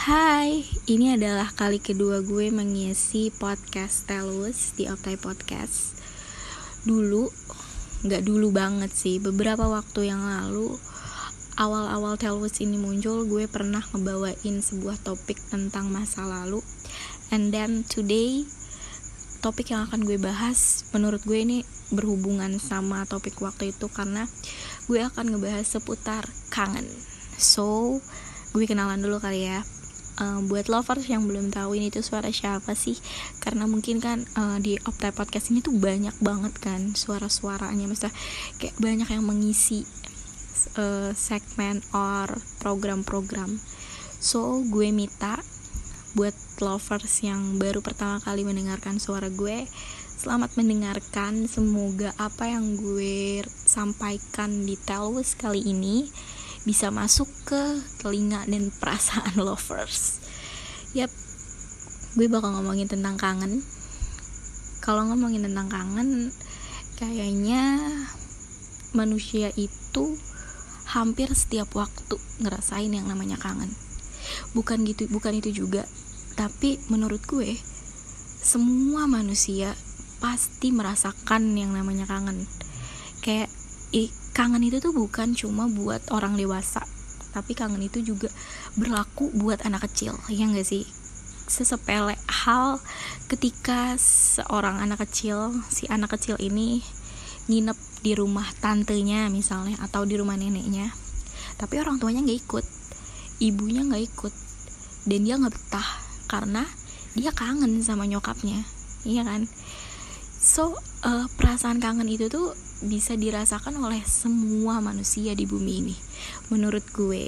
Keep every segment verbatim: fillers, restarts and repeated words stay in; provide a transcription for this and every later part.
Hai, ini adalah kali kedua gue mengisi podcast Telus di Optai Podcast. Dulu, gak dulu banget sih, beberapa waktu yang lalu, awal-awal Telus ini muncul, gue pernah ngebawain sebuah topik tentang masa lalu. And then today, topik yang akan gue bahas, menurut gue ini berhubungan sama topik waktu itu, karena gue akan ngebahas seputar kangen. So, gue kenalan dulu kali ya. Uh, buat lovers yang belum tahu ini tuh suara siapa sih, karena mungkin kan uh, di Optai Podcast ini tuh banyak banget kan suara-suaranya, maksudnya kayak banyak yang mengisi uh, segmen or program-program. So gue minta buat lovers yang baru pertama kali mendengarkan suara gue, selamat mendengarkan. Semoga apa yang gue sampaikan di Telus kali ini bisa masuk ke telinga dan perasaan lovers. Yap, gue bakal ngomongin tentang kangen. Kalau ngomongin tentang kangen, kayaknya manusia itu hampir setiap waktu ngerasain yang namanya kangen. Bukan gitu, bukan itu juga. Tapi menurut gue, semua manusia pasti merasakan yang namanya kangen. Kayak ih, kangen itu tuh bukan cuma buat orang dewasa, tapi kangen itu juga berlaku buat anak kecil, ya gak sih? Sesepele hal ketika seorang anak kecil, si anak kecil ini nginep di rumah tantenya misalnya, atau di rumah neneknya, tapi orang tuanya gak ikut, ibunya gak ikut, dan dia gak betah karena dia kangen sama nyokapnya, iya kan? So, uh, perasaan kangen itu tuh bisa dirasakan oleh semua manusia di bumi ini, menurut gue.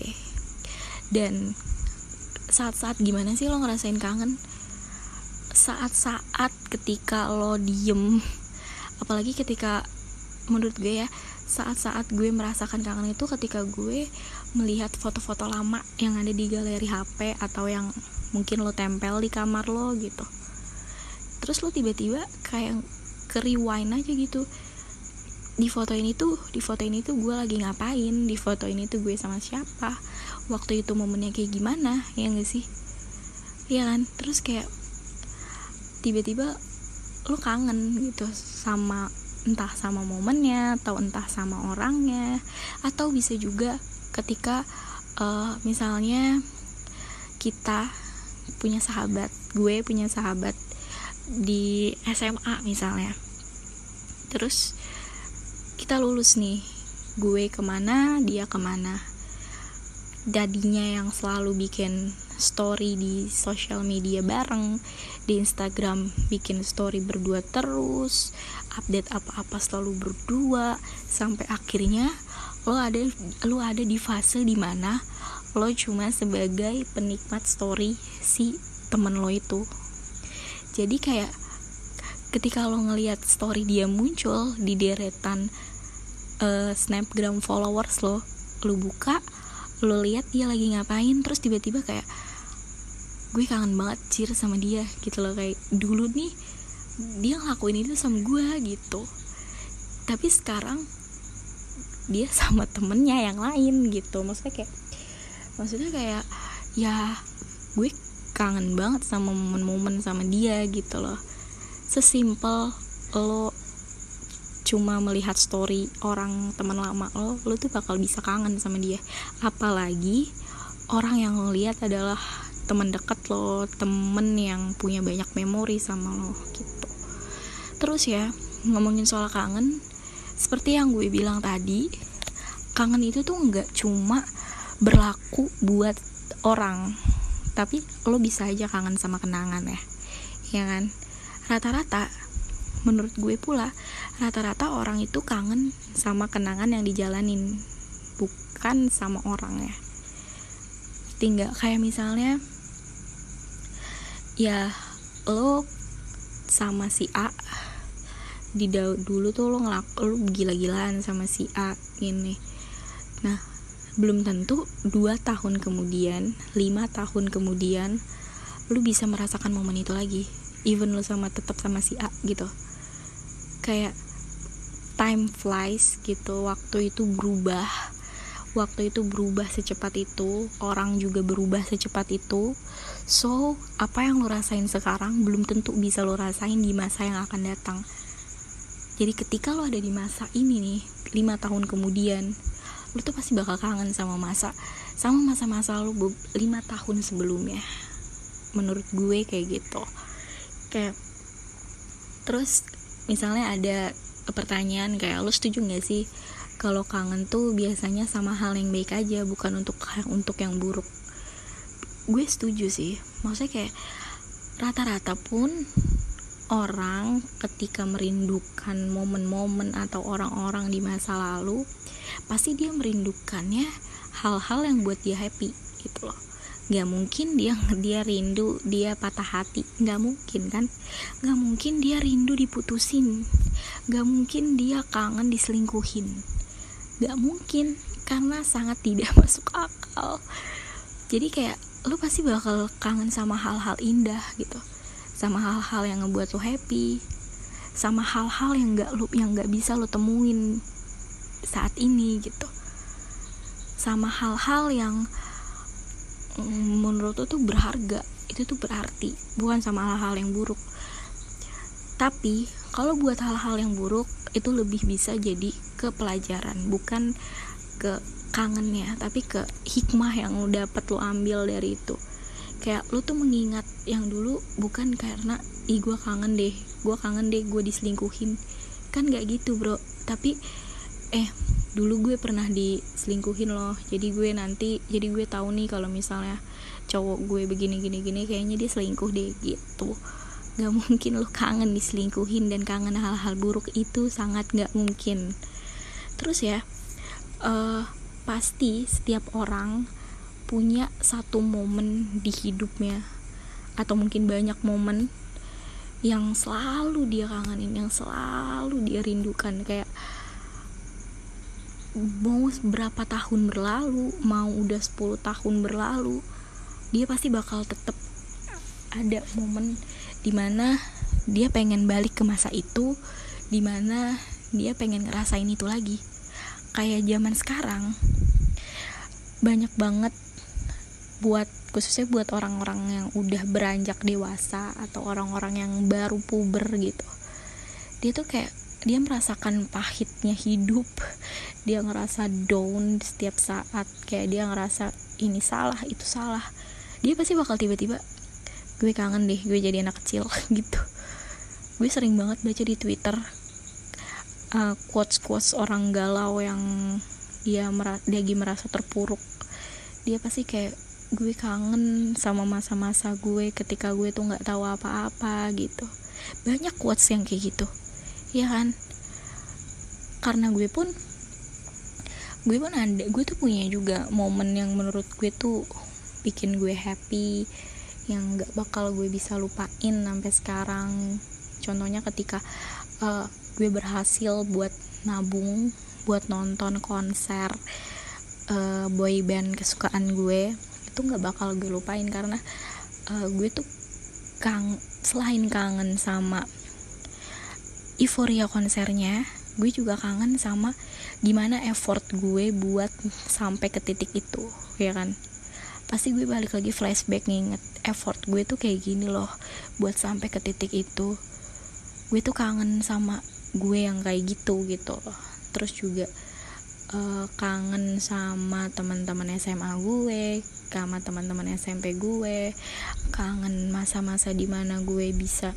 Dan saat-saat gimana sih lo ngerasain kangen? Saat-saat ketika lo diem, apalagi ketika, menurut gue ya, saat-saat gue merasakan kangen itu ketika gue melihat foto-foto lama yang ada di galeri H P, atau yang mungkin lo tempel di kamar lo gitu. Terus lo tiba-tiba kayak ke-rewind aja gitu. Di foto ini tuh, di foto ini tuh gue lagi ngapain, di foto ini tuh gue sama siapa, waktu itu momennya kayak gimana, ya gak sih? Iya kan? Terus kayak tiba-tiba lo kangen gitu sama, entah sama momennya, atau entah sama orangnya, atau bisa juga ketika uh, misalnya kita punya sahabat, gue punya sahabat di S M A misalnya, terus kita lulus nih, gue kemana, dia kemana. Jadinya yang selalu bikin story di sosial media bareng, di Instagram bikin story berdua terus, update apa-apa selalu berdua, sampai akhirnya lo ada lo ada di fase dimana lo cuma sebagai penikmat story si temen lo itu. Jadi kayak ketika lo ngelihat story dia muncul di deretan uh, snapgram followers lo, lo buka, lo lihat dia lagi ngapain, terus tiba-tiba kayak gue kangen banget cir sama dia gitu loh, kayak dulu nih dia ngelakuin itu sama gue gitu, tapi sekarang dia sama temennya yang lain gitu. Maksudnya kayak maksudnya kayak ya gue kangen banget sama momen-momen sama dia gitu loh. Sesimpel lo cuma melihat story orang teman lama lo, lo tuh bakal bisa kangen sama dia. Apalagi orang yang lo lihat adalah teman dekat lo, temen yang punya banyak memori sama lo gitu. Terus ya, ngomongin soal kangen, seperti yang gue bilang tadi, kangen itu tuh nggak cuma berlaku buat orang, tapi lo bisa aja kangen sama kenangan ya, ya kan? Rata-rata, menurut gue pula, rata-rata orang itu kangen sama kenangan yang dijalanin, bukan sama orangnya. Tinggal kayak misalnya, ya lo sama si A, di dulu tuh lo ngelak, lo gila-gilaan sama si A ini. Nah, belum tentu dua tahun kemudian, lima tahun kemudian, lo bisa merasakan momen itu lagi. Even lo sama tetap sama si A gitu. Kayak time flies gitu, waktu itu berubah, waktu itu berubah secepat itu, orang juga berubah secepat itu. So, apa yang lo rasain sekarang belum tentu bisa lo rasain di masa yang akan datang. Jadi ketika lo ada di masa ini nih, lima tahun kemudian, lo tuh pasti bakal kangen sama masa sama masa-masa lo lima tahun sebelumnya. Menurut gue kayak gitu. Kayak terus misalnya ada pertanyaan kayak, lo setuju gak sih kalau kangen tuh biasanya sama hal yang baik aja, bukan untuk untuk yang buruk? Gue setuju sih. Maksudnya kayak rata-rata pun orang ketika merindukan momen-momen atau orang-orang di masa lalu, pasti dia merindukannya hal-hal yang buat dia happy gitu loh. Gak mungkin dia dia rindu dia patah hati, gak mungkin kan. Gak mungkin dia rindu diputusin, gak mungkin dia kangen diselingkuhin, gak mungkin, karena sangat tidak masuk akal. Jadi kayak lu pasti bakal kangen sama hal-hal indah gitu, sama hal-hal yang ngebuat lu happy, sama hal-hal yang gak lu yang gak bisa lu temuin saat ini gitu, sama hal-hal yang menurut lu tuh berharga, itu tuh berarti, bukan sama hal-hal yang buruk. Tapi kalau buat hal-hal yang buruk itu lebih bisa jadi ke pelajaran, bukan ke kangennya, tapi ke hikmah yang lu dapet lu ambil dari itu. Kayak lu tuh mengingat yang dulu bukan karena ih gue kangen deh, gue kangen deh gue diselingkuhin, kan gak gitu bro. Tapi eh dulu gue pernah diselingkuhin loh, jadi gue nanti jadi gue tahu nih kalau misalnya cowok gue begini gini gini kayaknya dia selingkuh deh gitu. Gak mungkin lu kangen diselingkuhin dan kangen hal-hal buruk, itu sangat gak mungkin. Terus ya uh, pasti setiap orang punya satu momen di hidupnya, atau mungkin banyak momen yang selalu dia kangenin, yang selalu dia rindukan. Kayak mau berapa tahun berlalu, mau udah sepuluh tahun berlalu, dia pasti bakal tetap ada momen dimana dia pengen balik ke masa itu, dimana dia pengen ngerasain itu lagi. Kayak zaman sekarang banyak banget buat, khususnya buat orang-orang yang udah beranjak dewasa atau orang-orang yang baru puber gitu, dia tuh kayak dia merasakan pahitnya hidup, dia ngerasa down setiap saat, kayak dia ngerasa ini salah, itu salah. Dia pasti bakal tiba-tiba, gue kangen deh, gue jadi anak kecil gitu. Gue sering banget baca di Twitter uh, quotes-quotes orang galau yang dia mer- dia lagi merasa terpuruk. Dia pasti kayak, gue kangen sama masa-masa gue ketika gue tuh nggak tahu apa-apa gitu. Banyak quotes yang kayak gitu. Ya kan, karena gue pun gue pun ada gue tuh punya juga momen yang menurut gue tuh bikin gue happy, yang nggak bakal gue bisa lupain sampai sekarang. Contohnya ketika uh, gue berhasil buat nabung buat nonton konser uh, boy band kesukaan gue, itu nggak bakal gue lupain karena uh, gue tuh kang selain kangen sama euforia konsernya, gue juga kangen sama gimana effort gue buat sampai ke titik itu, ya kan. Pasti gue balik lagi flashback nginget effort gue tuh kayak gini loh buat sampai ke titik itu. Gue tuh kangen sama gue yang kayak gitu gitu loh. Terus juga uh, kangen sama teman-teman S M A gue, sama teman-teman S M P gue, kangen masa-masa dimana gue bisa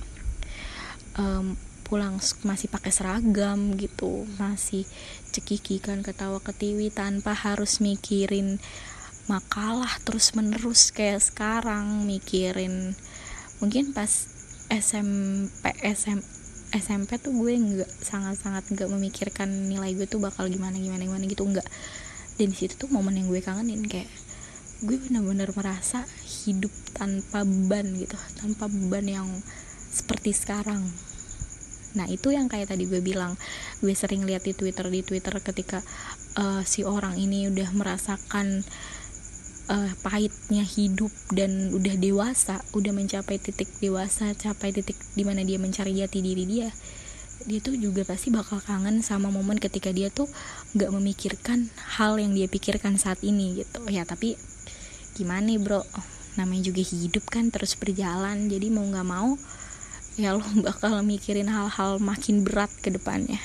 um, pulang masih pakai seragam gitu, masih cekikikan ketawa ketiwi tanpa harus mikirin makalah terus menerus kayak sekarang. Mikirin mungkin pas S M P S M S M P tuh gue nggak sangat-sangat nggak memikirkan nilai gue tuh bakal gimana gimana gimana gitu, nggak. Dan di situ tuh momen yang gue kangenin, kayak gue benar-benar merasa hidup tanpa beban gitu, tanpa beban yang seperti sekarang. Nah itu yang kayak tadi gue bilang, gue sering lihat di Twitter di Twitter ketika uh, si orang ini udah merasakan uh, pahitnya hidup dan udah dewasa, udah mencapai titik dewasa, capai titik dimana dia mencari jati diri dia. dia tuh juga pasti bakal kangen sama momen ketika dia tuh gak memikirkan hal yang dia pikirkan saat ini gitu ya. Tapi gimana nih bro, namanya juga hidup kan terus berjalan, jadi mau gak mau ya lo bakal mikirin hal-hal makin berat ke depannya.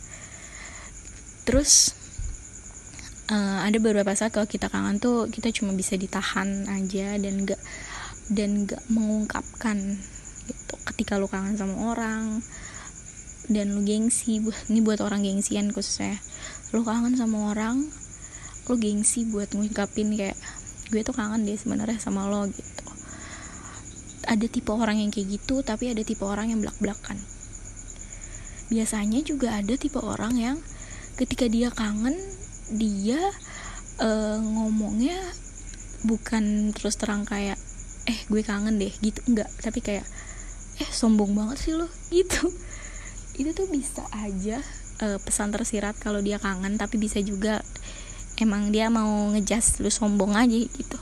Terus uh, ada beberapa saat kalau kita kangen tuh kita cuma bisa ditahan aja dan gak dan gak mengungkapkan gitu. Ketika lo kangen sama orang dan lu gengsi, ini buat orang gengsian khususnya, lu kangen sama orang, lu gengsi buat ngungkapin kayak gue tuh kangen deh sebenarnya sama lo gitu. Ada tipe orang yang kayak gitu, tapi ada tipe orang yang belak-belakan. Biasanya juga ada tipe orang yang ketika dia kangen, dia uh, ngomongnya bukan terus terang kayak eh gue kangen deh gitu, enggak, tapi kayak eh sombong banget sih lo gitu. Itu tuh bisa aja uh, pesan tersirat kalau dia kangen, tapi bisa juga emang dia mau ngejas lu sombong aja gitu.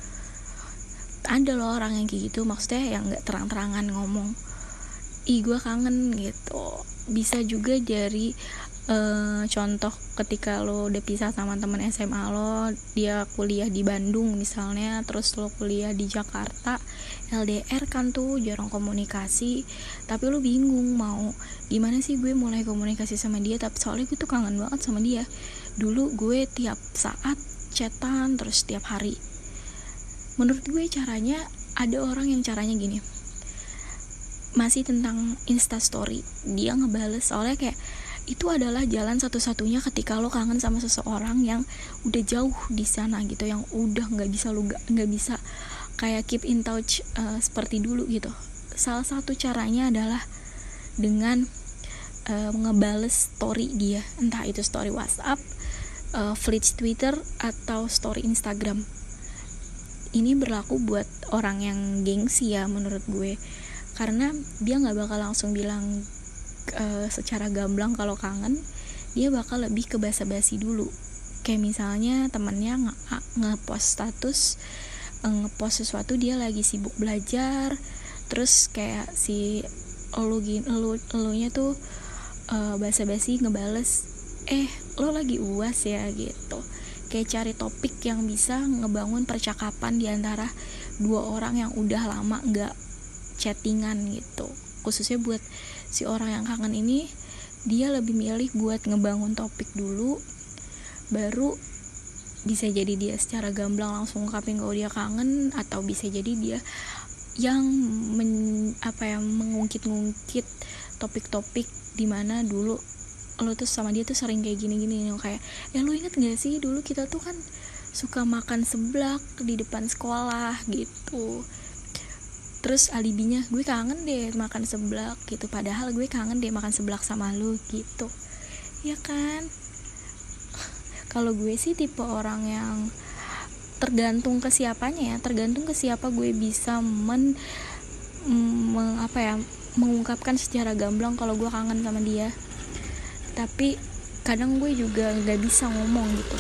Ada loh orang yang kayak gitu, maksudnya yang nggak terang-terangan ngomong ih gue kangen gitu. Bisa juga dari uh, contoh ketika lo udah pisah sama temen S M A lo, dia kuliah di Bandung misalnya, terus lo kuliah di Jakarta, L D R kan tuh jarang komunikasi, tapi lo bingung mau gimana sih gue mulai komunikasi sama dia, tapi soalnya gue tuh kangen banget sama dia. Dulu gue tiap saat chatan terus tiap hari. Menurut gue caranya, ada orang yang caranya gini, masih tentang Instastory, dia ngebales, soalnya kayak itu adalah jalan satu-satunya ketika lo kangen sama seseorang yang udah jauh di sana gitu, yang udah nggak bisa lo nggak bisa kayak keep in touch uh, seperti dulu gitu. Salah satu caranya adalah dengan uh, ngebales story dia, entah itu story WhatsApp, uh, feeds Twitter, atau story Instagram. Ini berlaku buat orang yang gengsi ya menurut gue, karena dia nggak bakal langsung bilang uh, secara gamblang kalau kangen. Dia bakal lebih ke basa-basi dulu, kayak misalnya temennya nge- nge-post status, nge-post sesuatu, dia lagi sibuk belajar, terus kayak si elu elu elunya tuh uh, basa-basi ngebales, eh lo lagi uas ya gitu. Kayak cari topik yang bisa ngebangun percakapan di antara dua orang yang udah lama nggak chattingan gitu. Khususnya buat si orang yang kangen ini, dia lebih milih buat ngebangun topik dulu, baru bisa jadi dia secara gamblang langsung ngungkapin kalau dia kangen, atau bisa jadi dia yang men, apa ya mengungkit-ngungkit topik-topik di mana dulu lo tuh sama dia tuh sering kayak gini-gini, kayak ya lo inget gak sih dulu kita tuh kan suka makan seblak di depan sekolah gitu. Terus alibinya gue kangen deh makan seblak gitu, padahal gue kangen deh makan seblak sama lo gitu, ya kan? Kalau gue sih tipe orang yang tergantung ke siapanya ya, tergantung ke siapa gue bisa men, meng, apa ya mengungkapkan secara gamblang kalau gue kangen sama dia. Tapi kadang gue juga nggak bisa ngomong gitu.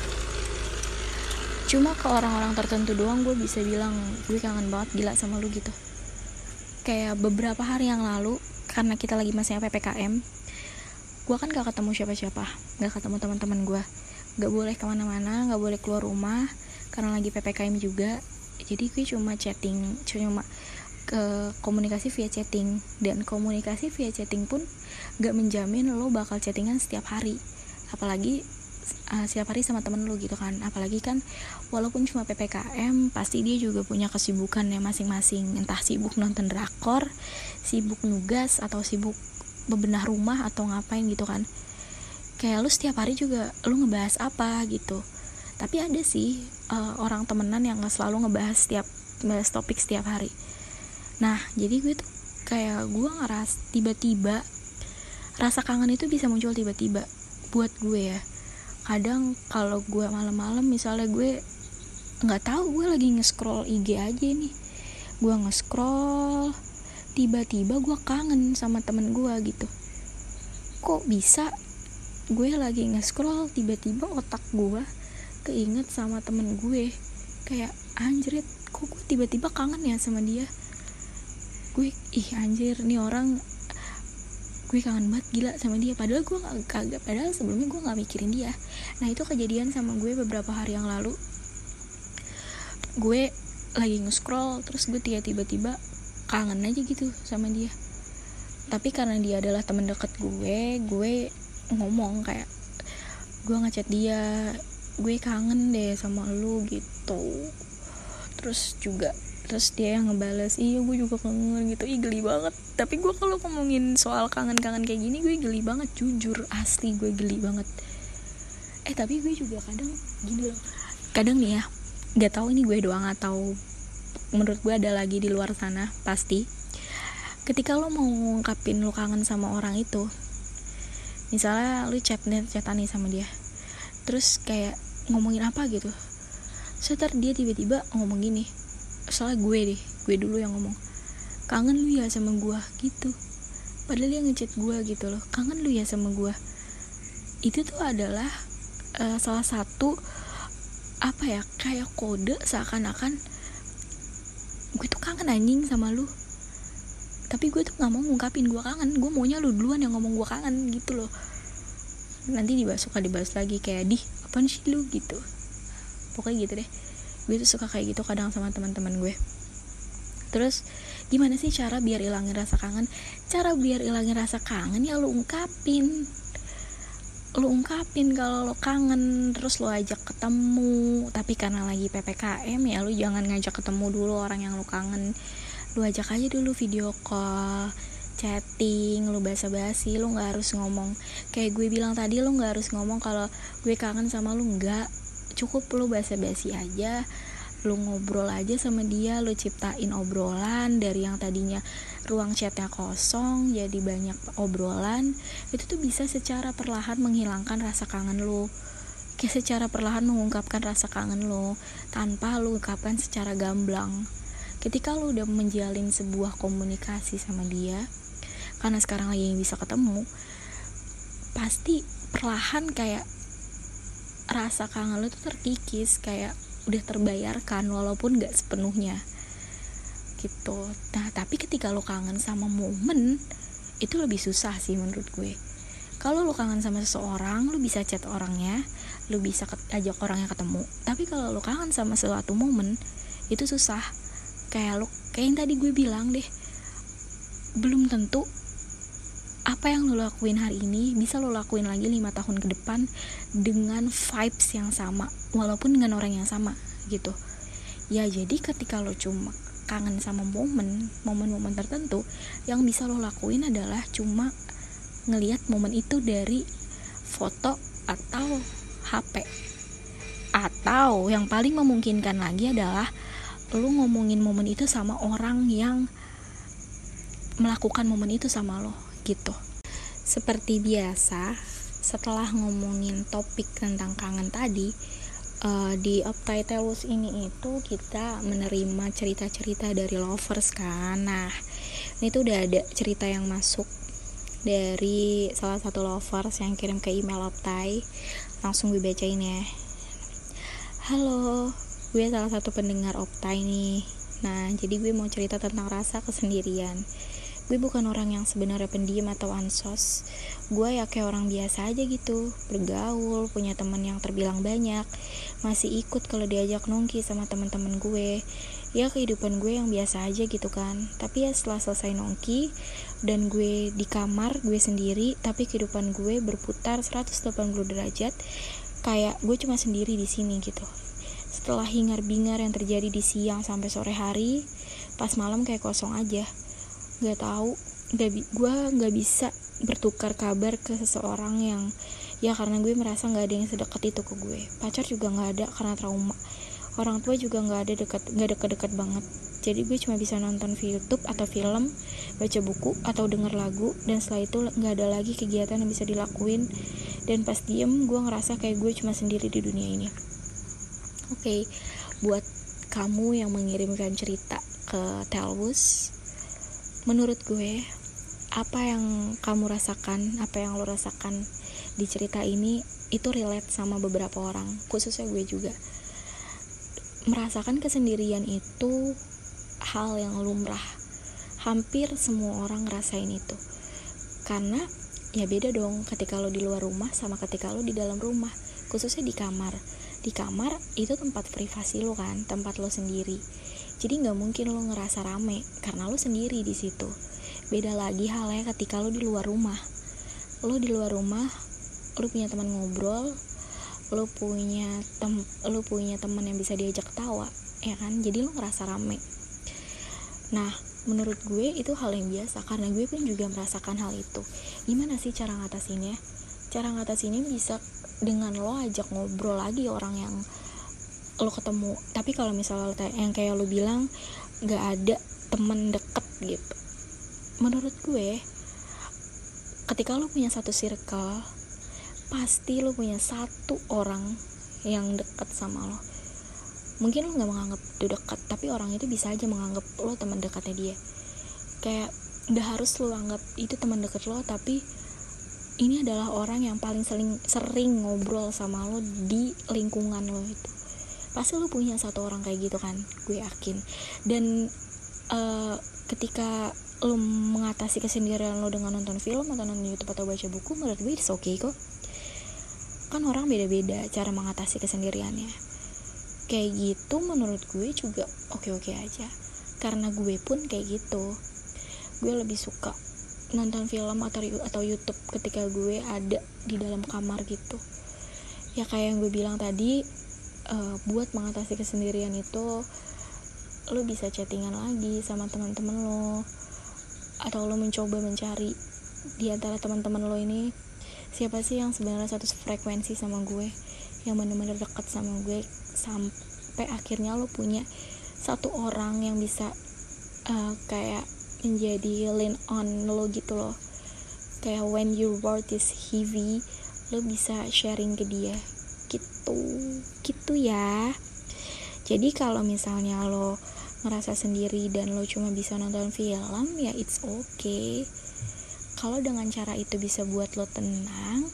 Cuma ke orang-orang tertentu doang gue bisa bilang gue kangen banget gila sama lu gitu. Kayak beberapa hari yang lalu, karena kita lagi masih P P K M, gue kan gak ketemu siapa-siapa, gak ketemu teman-teman gue, gak boleh kemana-mana, gak boleh keluar rumah karena lagi P P K M juga. Jadi gue cuma chatting, cuma ke komunikasi via chatting, dan komunikasi via chatting pun gak menjamin lo bakal chattingan setiap hari, apalagi uh, setiap hari sama temen lo gitu kan. Apalagi kan walaupun cuma P P K M, pasti dia juga punya kesibukannya masing-masing, entah sibuk nonton drakor, sibuk nugas, atau sibuk bebenah rumah, atau ngapain gitu kan. Kayak lo setiap hari juga lo ngebahas apa gitu. Tapi ada sih uh, orang temenan yang gak selalu ngebahas setiap ngebahas topik setiap hari. Nah, jadi gue tuh kayak gue ngeras tiba-tiba rasa kangen itu bisa muncul tiba-tiba buat gue ya. Kadang kalau gue malam-malam misalnya gue nggak tahu, gue lagi nge-scroll I G aja nih, gue nge-scroll, tiba-tiba gue kangen sama temen gue gitu. Kok bisa gue lagi nge-scroll tiba-tiba otak gue keinget sama temen gue, kayak anjrit, kok gue tiba-tiba kangen ya sama dia. Gue ih anjir nih orang, gue kangen banget gila sama dia, padahal gue nggak kagak padahal sebelumnya gue nggak mikirin dia. Nah itu kejadian sama gue beberapa hari yang lalu. Gue lagi nge-scroll, terus gue tiba-tiba kangen aja gitu sama dia. Tapi karena dia adalah teman dekat gue, gue ngomong kayak, gue ngechat dia, gue kangen deh sama lu gitu. Terus juga terus dia yang ngebales, iya gue juga kangen gitu. Ih geli banget. Tapi gue kalau ngomongin soal kangen-kangen kayak gini, gue geli banget, jujur asli gue geli banget. Eh tapi gue juga kadang gini loh, kadang nih ya, nggak tahu ini gue doang atau menurut gue ada lagi di luar sana pasti. Ketika lo mau ngungkapin lo kangen sama orang itu, misalnya lo chat nih chatan nih sama dia, terus kayak ngomongin apa gitu, setelah dia tiba-tiba ngomong gini, soalnya gue deh gue dulu yang ngomong, kangen lu ya sama gue gitu. Padahal dia ngechat gue gitu loh, kangen lu ya sama gue. Itu tuh adalah uh, salah satu apa ya, kayak kode seakan-akan gue tuh kangen anjing sama lu, tapi gue tuh nggak mau ngungkapin gue kangen, gue maunya lu duluan yang ngomong gue kangen gitu loh. Nanti dibahas, suka dibahas lagi kayak, di apaan sih lu gitu, pokoknya gitu deh. Gue tuh suka kayak gitu kadang sama teman-teman gue. Terus gimana sih cara biar ilangin rasa kangen? Cara biar ilangin rasa kangen ya lu ungkapin. Lu ungkapin kalau lu kangen, terus lu ajak ketemu. Tapi karena lagi P P K M ya lu jangan ngajak ketemu dulu orang yang lu kangen. Lu ajak aja dulu video call, chatting, lu basa-basi. Lu gak harus ngomong kayak gue bilang tadi, lu gak harus ngomong kalau gue kangen sama lu, enggak. Cukup lu basa-basi aja, lu ngobrol aja sama dia, lu ciptain obrolan dari yang tadinya ruang chatnya kosong jadi banyak obrolan. Itu tuh bisa secara perlahan menghilangkan rasa kangen lu, kayak secara perlahan mengungkapkan rasa kangen lu tanpa lu ungkapkan secara gamblang. Ketika lu udah menjalin sebuah komunikasi sama dia, karena sekarang lagi bisa ketemu, pasti perlahan kayak rasa kangen lu tuh terkikis, kayak udah terbayarkan walaupun gak sepenuhnya gitu. Nah tapi ketika lo kangen sama momen, itu lebih susah sih menurut gue. Kalau lo kangen sama seseorang, lo bisa chat orangnya, lo bisa ajak orangnya ketemu. Tapi kalau lo kangen sama suatu momen, itu susah. Kayak lo, kayak yang tadi gue bilang deh, belum tentu apa yang lo lakuin hari ini bisa lo lakuin lagi lima tahun ke depan dengan vibes yang sama, walaupun dengan orang yang sama gitu ya. Jadi ketika lo cuma kangen sama momen momen-momen tertentu, yang bisa lo lakuin adalah cuma ngelihat momen itu dari foto atau H P. Atau yang paling memungkinkan lagi adalah lo ngomongin momen itu sama orang yang melakukan momen itu sama lo gitu. Seperti biasa, setelah ngomongin topik tentang kangen tadi, uh, di Optai Telus ini itu kita menerima cerita-cerita dari lovers kan. Nah, ini tuh udah ada cerita yang masuk dari salah satu lovers yang kirim ke email Optai. Langsung gue bacain ya. Halo, gue salah satu pendengar Optai nih. Nah, jadi gue mau cerita tentang rasa kesendirian. Gue bukan orang yang sebenarnya pendiam atau ansos. Gue ya kayak orang biasa aja gitu, bergaul, punya teman yang terbilang banyak, masih ikut kalau diajak nongki sama teman-teman gue. Ya kehidupan gue yang biasa aja gitu kan. Tapi ya setelah selesai nongki dan gue di kamar gue sendiri, tapi kehidupan gue berputar seratus delapan puluh derajat, kayak gue cuma sendiri di sini gitu. Setelah hingar-bingar yang terjadi di siang sampai sore hari, pas malam kayak kosong aja. Gak tahu, gak bi- gue gak bisa bertukar kabar ke seseorang yang ya karena gue merasa gak ada yang sedekat itu ke gue. Pacar juga gak ada karena trauma. Orang tua juga gak ada dekat, gak deket-deket banget. Jadi gue cuma bisa nonton YouTube atau film, baca buku atau denger lagu, dan setelah itu gak ada lagi kegiatan yang bisa dilakuin. Dan pas diem gue ngerasa kayak gue cuma sendiri di dunia ini. Oke, okay, buat kamu yang mengirimkan cerita ke Telus, menurut gue apa yang kamu rasakan, apa yang lo rasakan di cerita ini itu relate sama beberapa orang, khususnya gue juga. Merasakan kesendirian itu hal yang lumrah, hampir semua orang ngerasain itu. Karena ya beda dong ketika lo di luar rumah sama ketika lo di dalam rumah, khususnya di kamar. Di kamar itu tempat privasi lo kan, tempat lo sendiri. Jadi nggak mungkin lo ngerasa rame karena lo sendiri di situ. Beda lagi halnya ketika lo di luar rumah. Lo di luar rumah, lo punya teman ngobrol, lo punya tem, lo punya teman yang bisa diajak tawa, ya kan? Jadi lo ngerasa rame. Nah, menurut gue itu hal yang biasa karena gue pun juga merasakan hal itu. Gimana sih cara ngatasinnya? Cara ngatasinnya bisa dengan lo ajak ngobrol lagi orang yang lo ketemu. Tapi kalau misalnya yang kayak lo bilang gak ada temen deket gitu, menurut gue ketika lo punya satu circle, pasti lo punya satu orang yang deket sama lo. Mungkin lo gak menganggap itu dekat, tapi orang itu bisa aja menganggap lo teman dekatnya dia. Kayak udah harus lo anggap itu teman dekat lo, tapi ini adalah orang yang paling sering, sering ngobrol sama lo di lingkungan lo itu. Pasti lo punya satu orang kayak gitu kan, gue yakin. Dan uh, ketika lo mengatasi kesendirian lo dengan nonton film atau nonton YouTube atau baca buku, menurut gue it's okay kok. Kan orang beda-beda cara mengatasi kesendiriannya. Kayak gitu menurut gue juga oke-oke aja. Karena gue pun kayak gitu. Gue lebih suka nonton film atau atau YouTube ketika gue ada di dalam kamar gitu. Ya kayak yang gue bilang tadi, uh, buat mengatasi kesendirian itu lo bisa chattingan lagi sama teman-teman lo, atau lo mencoba mencari di antara teman-teman lo ini siapa sih yang sebenarnya satu frekuensi sama gue, yang benar-benar dekat sama gue, sampai akhirnya lo punya satu orang yang bisa uh, kayak menjadi lean on lo gitu loh. Kayak when your world is heavy, lo bisa sharing ke dia gitu gitu ya. Jadi kalau misalnya lo ngerasa sendiri dan lo cuma bisa nonton film, ya it's okay. Kalau dengan cara itu bisa buat lo tenang,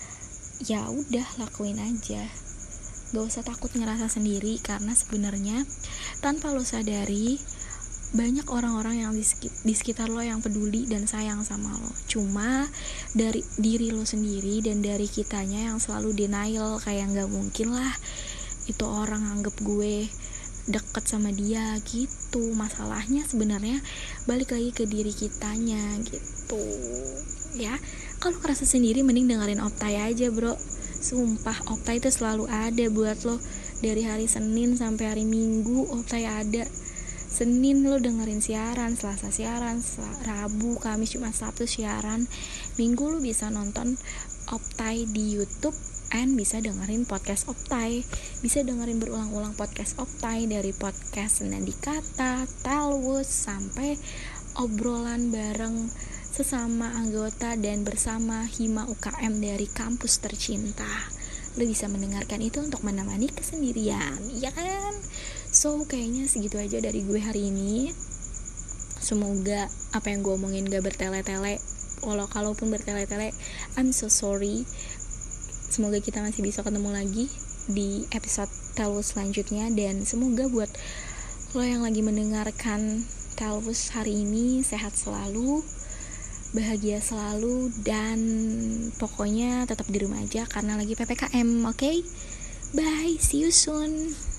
ya udah lakuin aja. Gak usah takut ngerasa sendiri, karena sebenarnya tanpa lo sadari banyak orang-orang yang di sekitar lo yang peduli dan sayang sama lo. Cuma dari diri lo sendiri dan dari kitanya yang selalu denial, kayak gak mungkin lah itu orang anggap gue deket sama dia gitu. Masalahnya sebenarnya balik lagi ke diri kitanya gitu ya. Kalau ngerasa sendiri mending dengerin Optai aja bro. Sumpah Optai itu selalu ada buat lo. Dari hari Senin sampai hari Minggu Optai ada. Senin lo dengerin siaran, Selasa siaran, Rabu, Kamis, Jumat, Sabtu siaran. Minggu lo bisa nonton Optai di YouTube, and bisa dengerin podcast Optai. Bisa dengerin berulang-ulang podcast Optai, dari podcast Senandi Kata, Talwus, sampai obrolan bareng sesama anggota dan bersama Hima U K M dari kampus tercinta. Lo bisa mendengarkan itu untuk menemani kesendirian, ya kan? So kayaknya segitu aja dari gue hari ini. Semoga apa yang gue omongin gak bertele-tele. Walau kalaupun bertele-tele, I'm so sorry. Semoga kita masih bisa ketemu lagi di episode Talwus selanjutnya. Dan semoga buat lo yang lagi mendengarkan Talwus hari ini sehat selalu, bahagia selalu, dan pokoknya tetap di rumah aja karena lagi P P K M. Oke, okay? Bye, see you soon.